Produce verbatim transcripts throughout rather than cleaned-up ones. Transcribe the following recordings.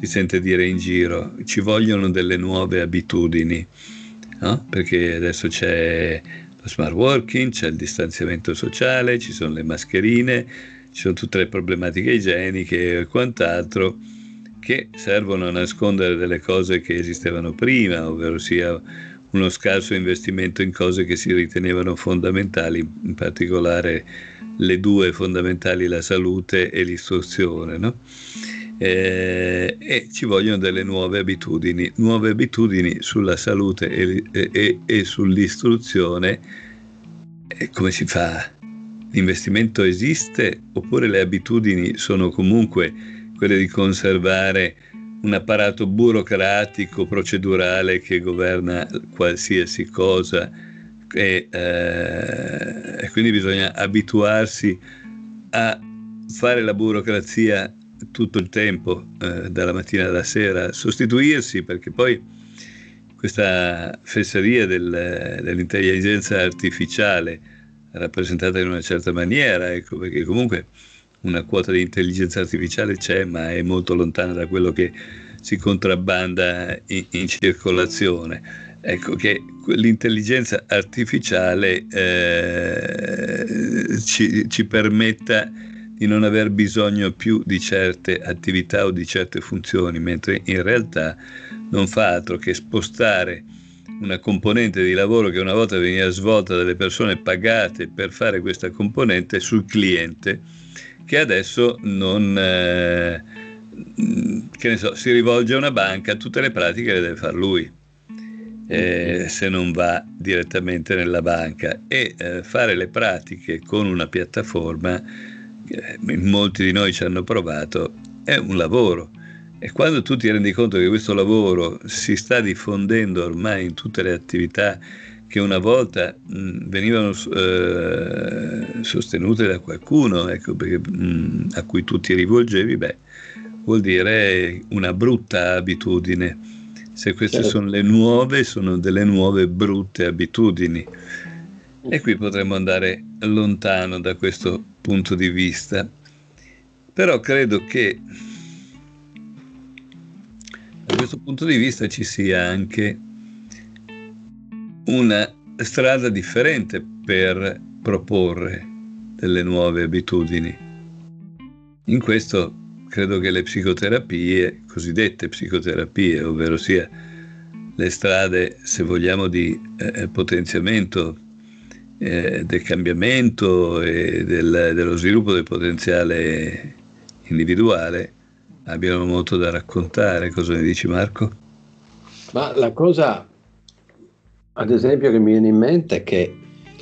si sente dire in giro, ci vogliono delle nuove abitudini, no? Perché adesso c'è lo smart working, c'è il distanziamento sociale, ci sono le mascherine, ci sono tutte le problematiche igieniche e quant'altro che servono a nascondere delle cose che esistevano prima, ovvero sia uno scarso investimento in cose che si ritenevano fondamentali, in particolare le due fondamentali, la salute e l'istruzione, no? Eh, e ci vogliono delle nuove abitudini, nuove abitudini sulla salute e, e, e sull'istruzione. E come si fa? L'investimento esiste oppure le abitudini sono comunque quelle di conservare un apparato burocratico, procedurale che governa qualsiasi cosa e, eh, e quindi bisogna abituarsi a fare la burocrazia tutto il tempo, eh, dalla mattina alla sera, sostituirsi, perché poi questa fesseria del, dell'intelligenza artificiale rappresentata in una certa maniera, ecco, perché comunque una quota di intelligenza artificiale c'è, ma è molto lontana da quello che si contrabbanda in, in circolazione. Ecco che l'intelligenza artificiale eh, ci, ci permetta di non aver bisogno più di certe attività o di certe funzioni, mentre in realtà non fa altro che spostare una componente di lavoro che una volta veniva svolta dalle persone pagate per fare questa componente sul cliente, che adesso non, eh, che ne so, si rivolge a una banca, tutte le pratiche le deve fare lui, eh, se non va direttamente nella banca, e eh, fare le pratiche con una piattaforma, che molti di noi ci hanno provato, è un lavoro. E quando tu ti rendi conto che questo lavoro si sta diffondendo ormai in tutte le attività che una volta mh, venivano eh, sostenute da qualcuno, ecco, perché, mh, a cui tu ti rivolgevi, beh, vuol dire una brutta abitudine. Se queste Certo. sono le nuove, sono delle nuove brutte abitudini. E qui potremmo andare lontano da questo punto di vista. Però credo che da questo punto di vista ci sia anche una strada differente per proporre delle nuove abitudini. In questo credo che le psicoterapie, cosiddette psicoterapie, ovvero sia le strade, se vogliamo, di eh, potenziamento eh, del cambiamento e del, dello sviluppo del potenziale individuale, abbiano molto da raccontare. Cosa ne dici, Marco? Ma la cosa, ad esempio, che mi viene in mente è che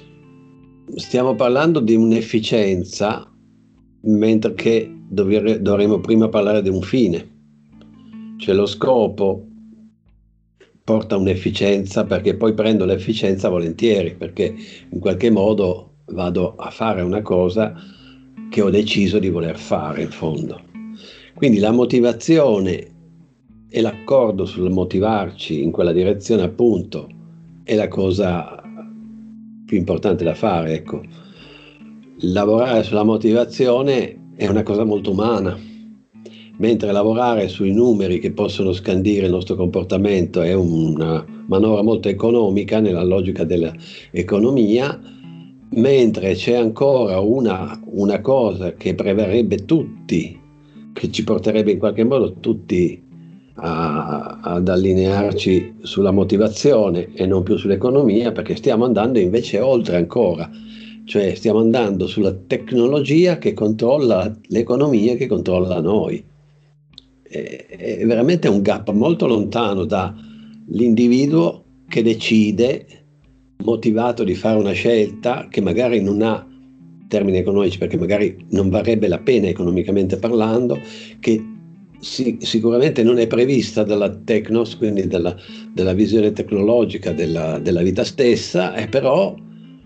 stiamo parlando di un'efficienza, mentre che dovre- dovremmo prima parlare di un fine. Cioè lo scopo porta un'efficienza, perché poi prendo l'efficienza volentieri, perché in qualche modo vado a fare una cosa che ho deciso di voler fare in fondo. Quindi la motivazione e l'accordo sul motivarci in quella direzione, appunto, è la cosa più importante da fare, ecco. Lavorare sulla motivazione è una cosa molto umana, mentre lavorare sui numeri che possono scandire il nostro comportamento è una manovra molto economica nella logica dell'economia, mentre c'è ancora una, una cosa che prevarrebbe tutti, che ci porterebbe in qualche modo tutti a, ad allinearci sulla motivazione e non più sull'economia, perché stiamo andando invece oltre ancora, cioè stiamo andando sulla tecnologia che controlla l'economia, che controlla noi. È, è veramente un gap molto lontano dall'individuo che decide, motivato di fare una scelta che magari non ha termini economici, perché magari non varrebbe la pena economicamente parlando, che si, sicuramente non è prevista dalla Tecnos, quindi dalla, dalla visione tecnologica della, della vita stessa, e però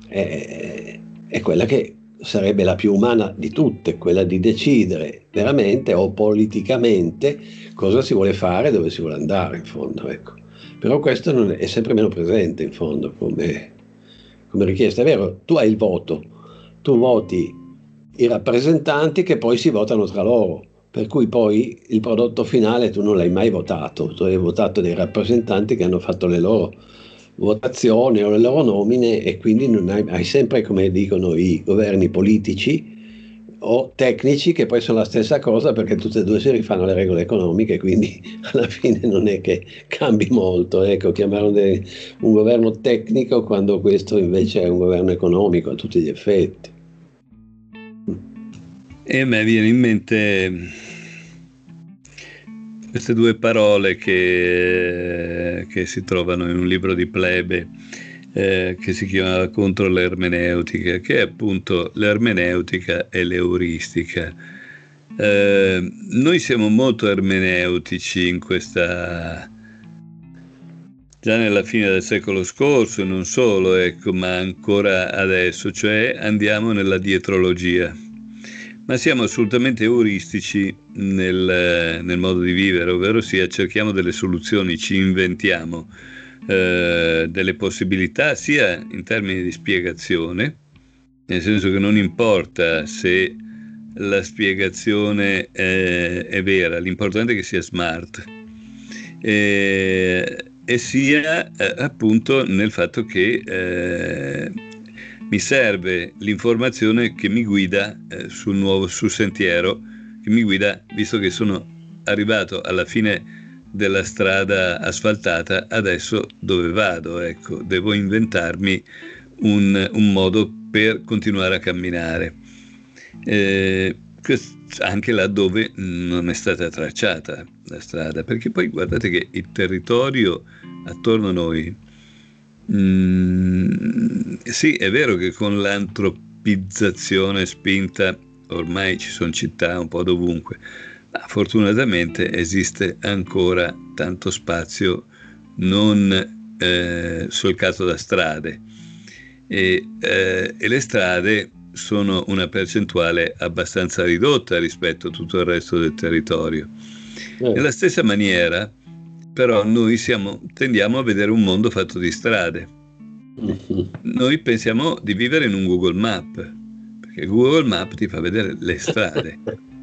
è, è quella che sarebbe la più umana di tutte, quella di decidere veramente o politicamente cosa si vuole fare, dove si vuole andare in fondo, ecco. Però questo non è, è sempre meno presente in fondo come, come richiesta. È vero, tu hai il voto, tu voti i rappresentanti che poi si votano tra loro, per cui poi il prodotto finale tu non l'hai mai votato, tu hai votato dei rappresentanti che hanno fatto le loro votazioni o le loro nomine, e quindi non hai, hai sempre, come dicono i governi politici o tecnici, che poi sono la stessa cosa, perché tutte e due si rifanno alle regole economiche, quindi alla fine non è che cambi molto. Ecco, chiamare un, un governo tecnico quando questo invece è un governo economico a tutti gli effetti. E a me viene in mente queste due parole che, che si trovano in un libro di Plebe, eh, che si chiama Contro l'ermeneutica, che è appunto l'ermeneutica e l'euristica. Eh, noi siamo molto ermeneutici in questa, già nella fine del secolo scorso, non solo, ecco, ma ancora adesso, cioè andiamo nella dietrologia. Ma siamo assolutamente euristici nel, nel modo di vivere, ovvero sia cerchiamo delle soluzioni, ci inventiamo eh, delle possibilità sia in termini di spiegazione, nel senso che non importa se la spiegazione è, è vera, l'importante è che sia smart, e, e sia eh, appunto nel fatto che eh, mi serve l'informazione che mi guida eh, sul nuovo sul sentiero, che mi guida, visto che sono arrivato alla fine della strada asfaltata, adesso dove vado? Ecco, devo inventarmi un, un modo per continuare a camminare, eh, anche laddove non è stata tracciata la strada, perché poi guardate che il territorio attorno a noi, Mm, sì, è vero che con l'antropizzazione spinta ormai ci sono città un po' dovunque, ma fortunatamente esiste ancora tanto spazio non eh, solcato da strade, e, eh, e le strade sono una percentuale abbastanza ridotta rispetto a tutto il resto del territorio. Eh. Nella stessa maniera, però, noi siamo, tendiamo a vedere un mondo fatto di strade. Noi pensiamo di vivere in un Google Map, perché Google Map ti fa vedere le strade.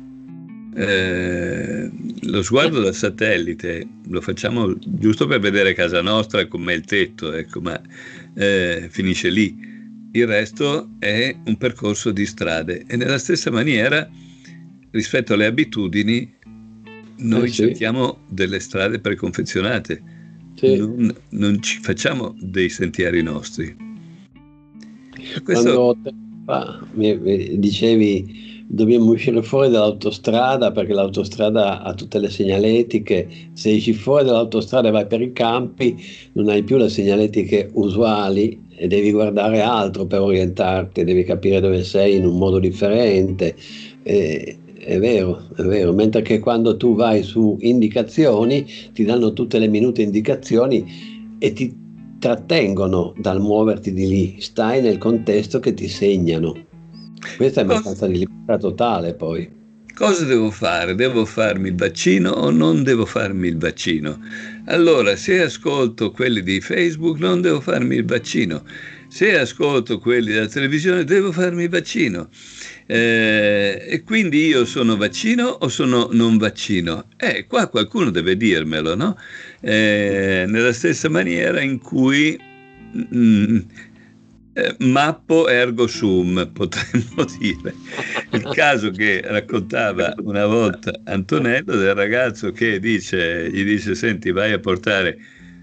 Eh, lo sguardo da satellite lo facciamo giusto per vedere casa nostra, com'è il tetto, ecco, ma eh, finisce lì. Il resto è un percorso di strade, e nella stessa maniera, rispetto alle abitudini, noi eh sì. cerchiamo delle strade preconfezionate, sì. non, non ci facciamo dei sentieri nostri. Questo... Quando ah, mi, mi dicevi dobbiamo uscire fuori dall'autostrada, perché l'autostrada ha tutte le segnaletiche, se esci fuori dall'autostrada e vai per i campi non hai più le segnaletiche usuali e devi guardare altro per orientarti, devi capire dove sei in un modo differente. Eh, È vero, è vero, mentre che quando tu vai su indicazioni ti danno tutte le minute indicazioni e ti trattengono dal muoverti di lì, stai nel contesto che ti segnano. Questa è abbastanza di libertà totale. Poi cosa devo fare? Devo farmi il vaccino o non devo farmi il vaccino? Allora, se ascolto quelli di Facebook non devo farmi il vaccino, se ascolto quelli della televisione devo farmi il vaccino. Eh, e quindi io sono vaccino o sono non vaccino? Eh, qua qualcuno deve dirmelo, no? Eh, nella stessa maniera in cui mm, eh, mappo ergo sum, potremmo dire. Il caso che raccontava una volta Antonello del ragazzo che dice, gli dice: senti, vai a portare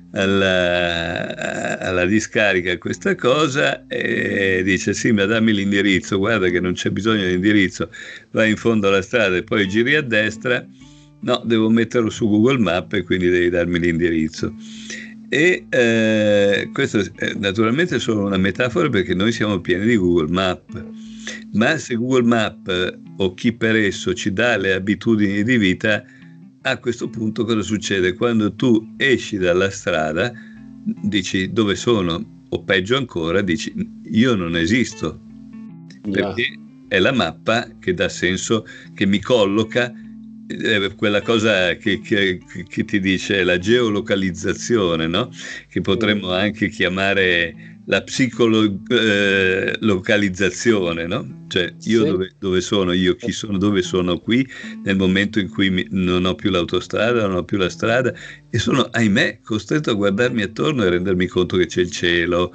alla, alla discarica questa cosa, e dice: sì, ma dammi l'indirizzo, guarda che non c'è bisogno di indirizzo, vai in fondo alla strada e poi giri a destra. No, devo metterlo su Google Maps e quindi devi darmi l'indirizzo. E eh, questo è naturalmente solo una metafora, perché noi siamo pieni di Google Maps, ma se Google Maps o chi per esso ci dà le abitudini di vita, a questo punto cosa succede? Quando tu esci dalla strada dici: dove sono? O peggio ancora, dici: io non esisto, perché è la mappa che dà senso, che mi colloca, eh, quella cosa che, che, che ti dice la geolocalizzazione, no? Che potremmo anche chiamare la psicolocalizzazione, no? Cioè io Sì. dove, dove sono, io chi sono, dove sono qui, nel momento in cui mi- non ho più l'autostrada, non ho più la strada e sono, ahimè, costretto a guardarmi attorno e rendermi conto che c'è il cielo,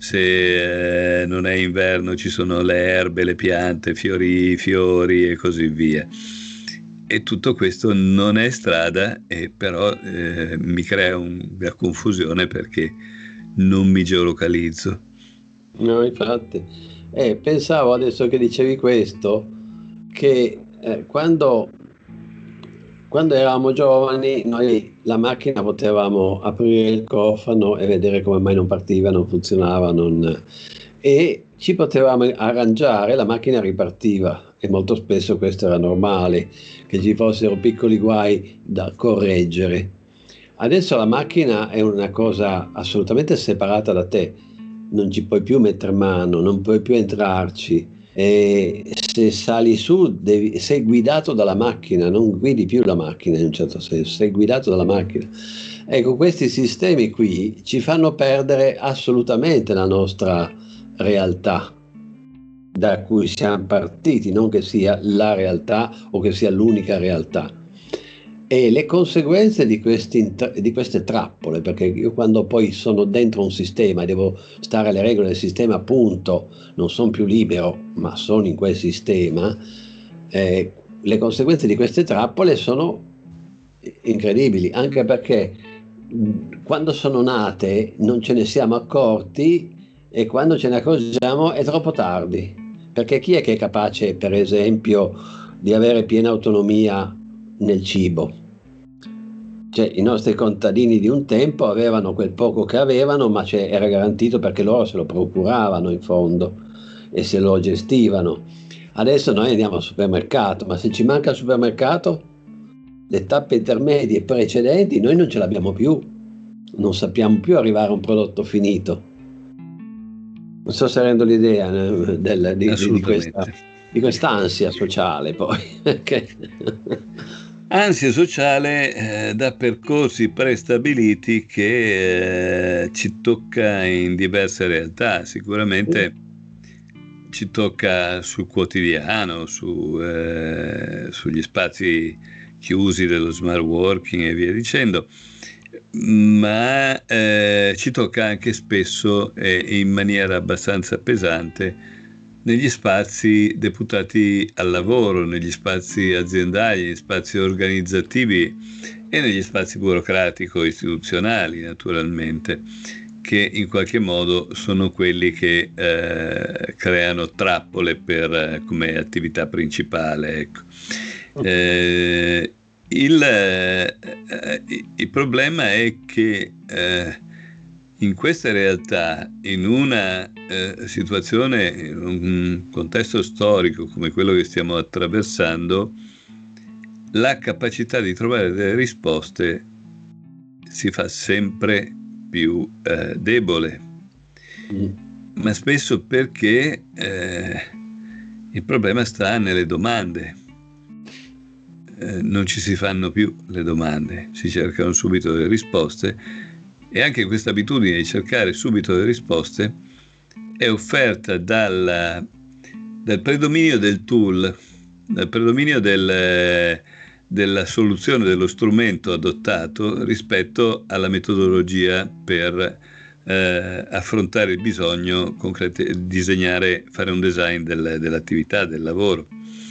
se eh, non è inverno ci sono le erbe, le piante, fiori, i fiori e così via. E tutto questo non è strada, e però eh, mi crea una confusione perché non mi geolocalizzo. No, infatti. Eh, pensavo adesso che dicevi questo, che eh, quando, quando eravamo giovani, noi la macchina potevamo aprire il cofano e vedere come mai non partiva, non funzionava, non- e ci potevamo arrangiare, la macchina ripartiva e molto spesso questo era normale, che ci fossero piccoli guai da correggere. Adesso la macchina è una cosa assolutamente separata da te, non ci puoi più mettere mano, non puoi più entrarci. E se sali su, devi- sei guidato dalla macchina, non guidi più la macchina in un certo senso, sei guidato dalla macchina. Ecco, questi sistemi qui ci fanno perdere assolutamente la nostra realtà da cui siamo partiti, non che sia la realtà o che sia l'unica realtà. E le conseguenze di, questi, int- di queste trappole, perché io quando poi sono dentro un sistema e devo stare alle regole del sistema, appunto, non sono più libero, ma sono in quel sistema, eh, le conseguenze di queste trappole sono incredibili, anche perché mh, quando sono nate non ce ne siamo accorti e quando ce ne accorgiamo è troppo tardi, perché chi è che è capace, per esempio, di avere piena autonomia nel cibo? Cioè, i nostri contadini di un tempo avevano quel poco che avevano, ma c'è- era garantito perché loro se lo procuravano in fondo e se lo gestivano. Adesso noi andiamo al supermercato, ma se ci manca il supermercato, le tappe intermedie precedenti noi non ce l'abbiamo più, non sappiamo più arrivare a un prodotto finito. Non so se rendo l'idea eh, del- di, di- di questa, Assolutamente. di quest'ansia sociale poi. che- Ansia sociale eh, da percorsi prestabiliti che eh, ci tocca in diverse realtà. Sicuramente ci tocca sul quotidiano, su, eh, sugli spazi chiusi dello smart working e via dicendo, ma eh, ci tocca anche spesso e in maniera abbastanza pesante negli spazi deputati al lavoro, negli spazi aziendali, negli spazi organizzativi e negli spazi burocratico-istituzionali, naturalmente, che in qualche modo sono quelli che eh, creano trappole per, eh, come attività principale. Ecco. Eh, il, eh, il problema è che eh, in queste realtà, in una eh, situazione, in un contesto storico come quello che stiamo attraversando, la capacità di trovare delle risposte si fa sempre più eh, debole, ma spesso perché eh, il problema sta nelle domande. Eh, non ci si fanno più le domande, si cercano subito delle risposte e anche questa abitudine di cercare subito le risposte è offerta dal, dal predominio del tool, dal predominio del, della soluzione, dello strumento adottato rispetto alla metodologia per eh, affrontare il bisogno, concrete, disegnare, fare un design del, dell'attività, del lavoro.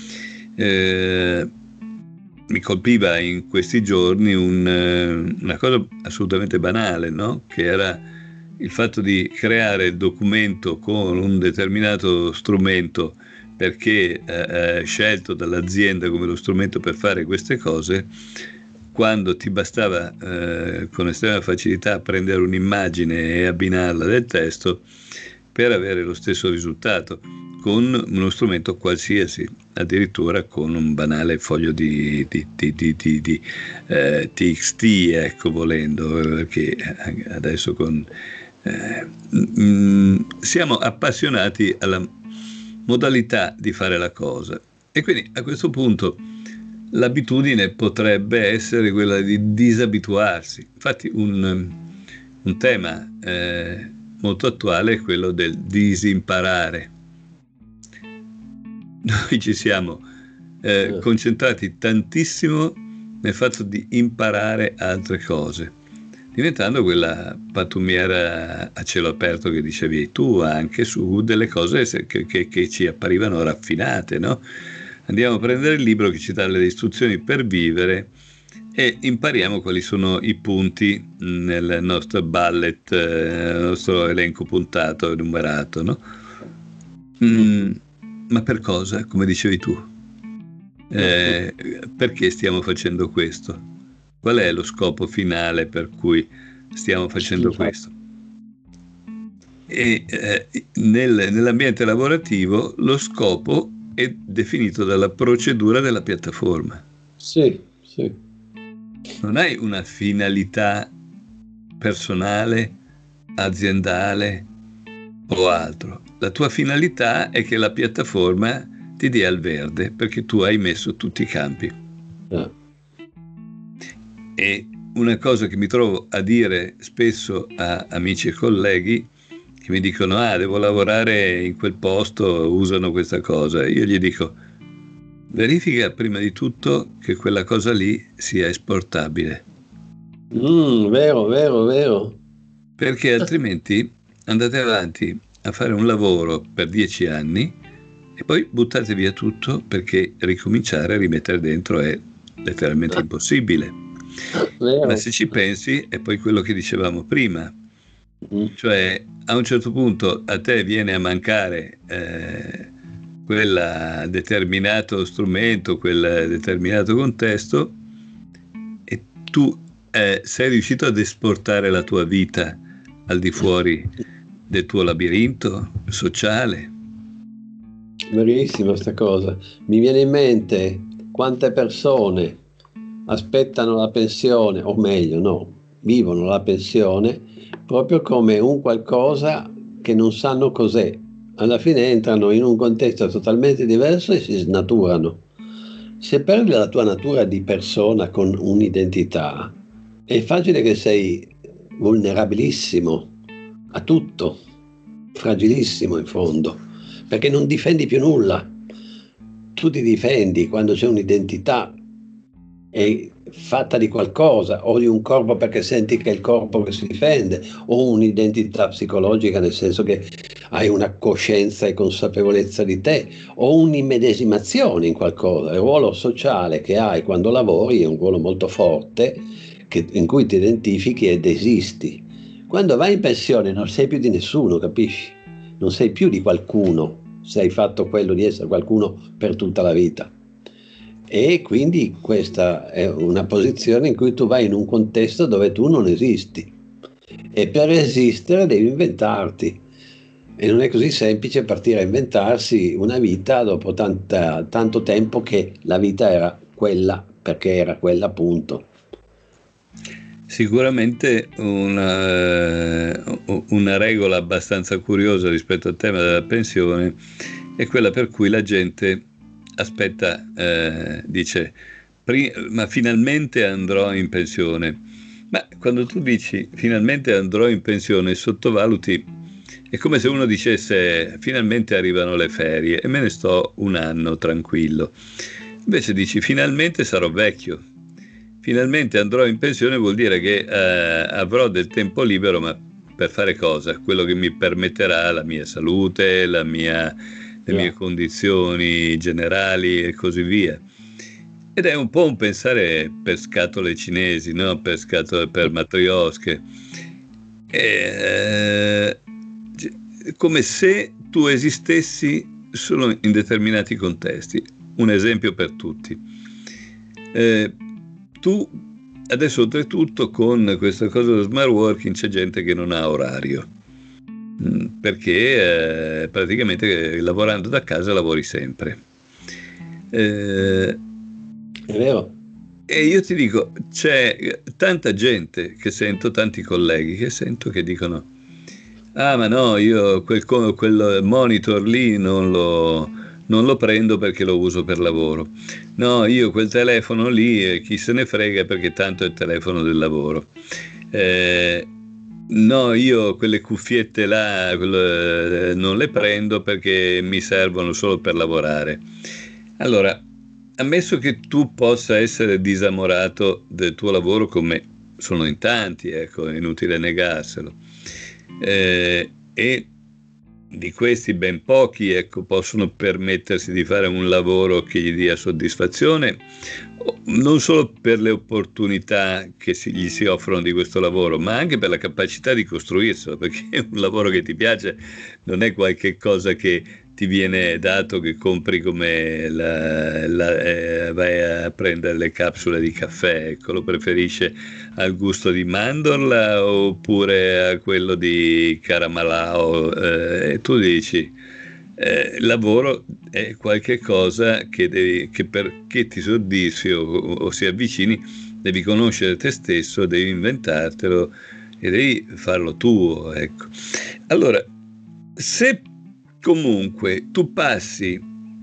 Eh, mi colpiva in questi giorni un, eh, una cosa assolutamente banale, no? Che era il fatto di creare il documento con un determinato strumento perché eh, scelto dall'azienda come lo strumento per fare queste cose, quando ti bastava eh, con estrema facilità prendere un'immagine e abbinarla del testo per avere lo stesso risultato con uno strumento qualsiasi, addirittura con un banale foglio di, di, di, di, di, di eh, T X T, ecco, volendo, perché adesso con eh, mh, siamo appassionati alla modalità di fare la cosa e quindi a questo punto l'abitudine potrebbe essere quella di disabituarsi. Infatti un, un tema eh, molto attuale è quello del disimparare. Noi ci siamo eh, concentrati tantissimo nel fatto di imparare altre cose, diventando quella pattumiera a cielo aperto che dicevi tu, anche su delle cose che, che, che ci apparivano raffinate, no? Andiamo a prendere il libro che ci dà le istruzioni per vivere e impariamo quali sono i punti nel nostro bullet, eh, nel nostro elenco puntato e numerato, no? Mm, ma per cosa, come dicevi tu? Eh, perché stiamo facendo questo? Qual è lo scopo finale per cui stiamo facendo questo? E eh, nel, nell'ambiente lavorativo lo scopo è definito dalla procedura della piattaforma. Sì, sì. Non hai una finalità personale, aziendale o altro. La tua finalità è che la piattaforma ti dia il verde perché tu hai messo tutti i campi. Ah. E una cosa che mi trovo a dire spesso a amici e colleghi che mi dicono ah devo lavorare in quel posto, usano questa cosa, io gli dico verifica prima di tutto che quella cosa lì sia esportabile. Mm, vero, vero, vero. Perché altrimenti andate avanti a fare un lavoro per dieci anni e poi buttate via tutto perché ricominciare a rimettere dentro è letteralmente impossibile. Vero. Ma se ci pensi è poi quello che dicevamo prima, Mm. cioè a un certo punto a te viene a mancare eh, quel determinato strumento, quel determinato contesto e tu eh, sei riuscito ad esportare la tua vita al di fuori del tuo labirinto sociale. Verissima sta cosa. Mi viene in mente quante persone aspettano la pensione, o meglio, no, vivono la pensione proprio come un qualcosa che non sanno cos'è. Alla fine entrano in un contesto totalmente diverso e si snaturano. Se perdi la tua natura di persona con un'identità, è facile che sei vulnerabilissimo a tutto, fragilissimo in fondo, perché non difendi più nulla. Tu ti difendi quando c'è un'identità è fatta di qualcosa o di un corpo perché senti che è il corpo che si difende, o un'identità psicologica nel senso che hai una coscienza e consapevolezza di te, o un'immedesimazione in qualcosa. Il ruolo sociale che hai quando lavori è un ruolo molto forte che, in cui ti identifichi ed esisti. Quando vai in pensione non sei più di nessuno, capisci? Non sei più di qualcuno se hai fatto quello di essere qualcuno per tutta la vita. E quindi questa è una posizione in cui tu vai in un contesto dove tu non esisti e per esistere devi inventarti e non è così semplice partire a inventarsi una vita dopo tanta, tanto tempo che la vita era quella perché era quella appunto. Sicuramente una, una regola abbastanza curiosa rispetto al tema della pensione è quella per cui la gente aspetta, eh, dice, ma finalmente andrò in pensione. Ma quando tu dici finalmente andrò in pensione, sottovaluti, è come se uno dicesse finalmente arrivano le ferie e me ne sto un anno tranquillo. Invece dici finalmente sarò vecchio. Finalmente andrò in pensione vuol dire che eh, avrò del tempo libero, ma per fare cosa? Quello che mi permetterà la mia salute, la mia, le mie condizioni generali e così via. Ed è un po' un pensare per scatole cinesi, no? Per scatole, per matriosche. Eh, come se tu esistessi solo in determinati contesti. Un esempio per tutti. Eh, tu adesso oltretutto con questa cosa dello smart working c'è gente che non ha orario perché eh, praticamente lavorando da casa lavori sempre eh, è vero. E io ti dico c'è tanta gente che sento, tanti colleghi che sento che dicono ah ma no io quel, quel monitor lì non lo non lo prendo perché lo uso per lavoro. No, io quel telefono lì, eh, chi se ne frega perché tanto è il telefono del lavoro. Eh, No, io quelle cuffiette là quello, eh, non le prendo perché mi servono solo per lavorare. Allora, ammesso che tu possa essere disamorato del tuo lavoro, come sono in tanti, ecco, è inutile negarselo, eh, e di questi ben pochi, ecco, possono permettersi di fare un lavoro che gli dia soddisfazione, non solo per le opportunità che si, gli si offrono di questo lavoro, ma anche per la capacità di costruirselo, perché un lavoro che ti piace non è qualche cosa che ti viene dato, che compri come la, la, eh, vai a prendere le capsule di caffè, ecco, lo preferisce al gusto di mandorla oppure a quello di caramalao, eh, e tu dici eh, il lavoro è qualche cosa che, devi, che perché ti soddisfi o, o si avvicini devi conoscere te stesso, devi inventartelo e devi farlo tuo, ecco. Allora, se comunque tu passi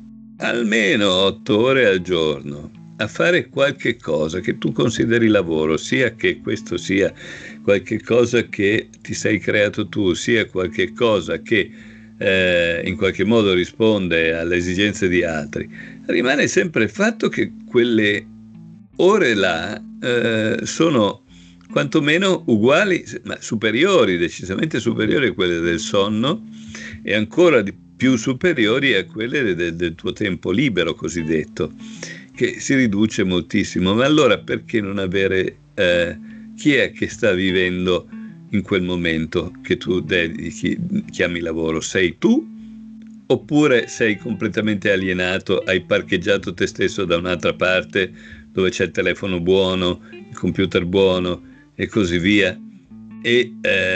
almeno otto ore al giorno a fare qualche cosa che tu consideri lavoro, sia che questo sia qualche cosa che ti sei creato tu, sia qualche cosa che eh, in qualche modo risponde alle esigenze di altri, rimane sempre il fatto che quelle ore là eh, sono quantomeno uguali, ma superiori, decisamente superiori a quelle del sonno e ancora di più superiori a quelle del, del tuo tempo libero cosiddetto, che si riduce moltissimo. Ma allora perché non avere eh, chi è che sta vivendo in quel momento che tu dedichi, chiami lavoro? Sei tu oppure sei completamente alienato, hai parcheggiato te stesso da un'altra parte dove c'è il telefono buono, il computer buono e così via, e,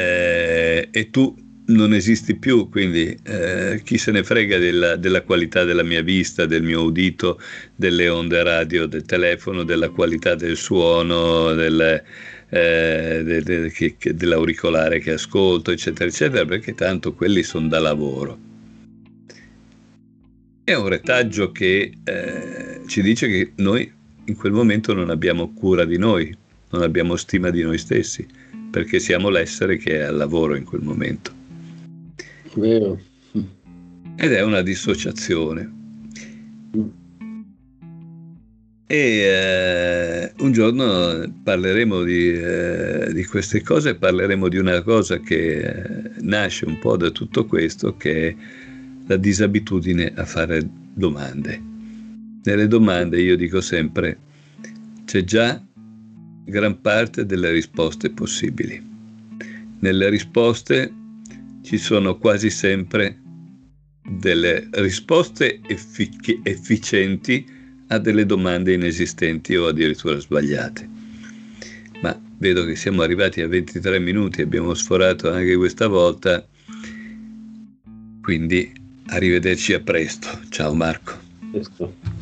eh, e tu non esisti più, quindi eh, chi se ne frega della, della qualità della mia vista, del mio udito, delle onde radio del telefono, della qualità del suono, del, eh, de, de, che, che, dell'auricolare che ascolto, eccetera, eccetera, perché tanto quelli sono da lavoro. È un retaggio che eh, ci dice che noi in quel momento non abbiamo cura di noi, non abbiamo stima di noi stessi, perché siamo l'essere che è al lavoro in quel momento. Vero. Ed è una dissociazione. E eh, un giorno parleremo di, eh, di queste cose, parleremo di una cosa che eh, nasce un po' da tutto questo, che è la disabitudine a fare domande. Nelle domande io dico sempre c'è già gran parte delle risposte possibili. Nelle risposte ci sono quasi sempre delle risposte effic- efficienti a delle domande inesistenti o addirittura sbagliate. Ma vedo che siamo arrivati a ventitré minuti, abbiamo sforato anche questa volta, quindi arrivederci a presto. Ciao Marco. Questo.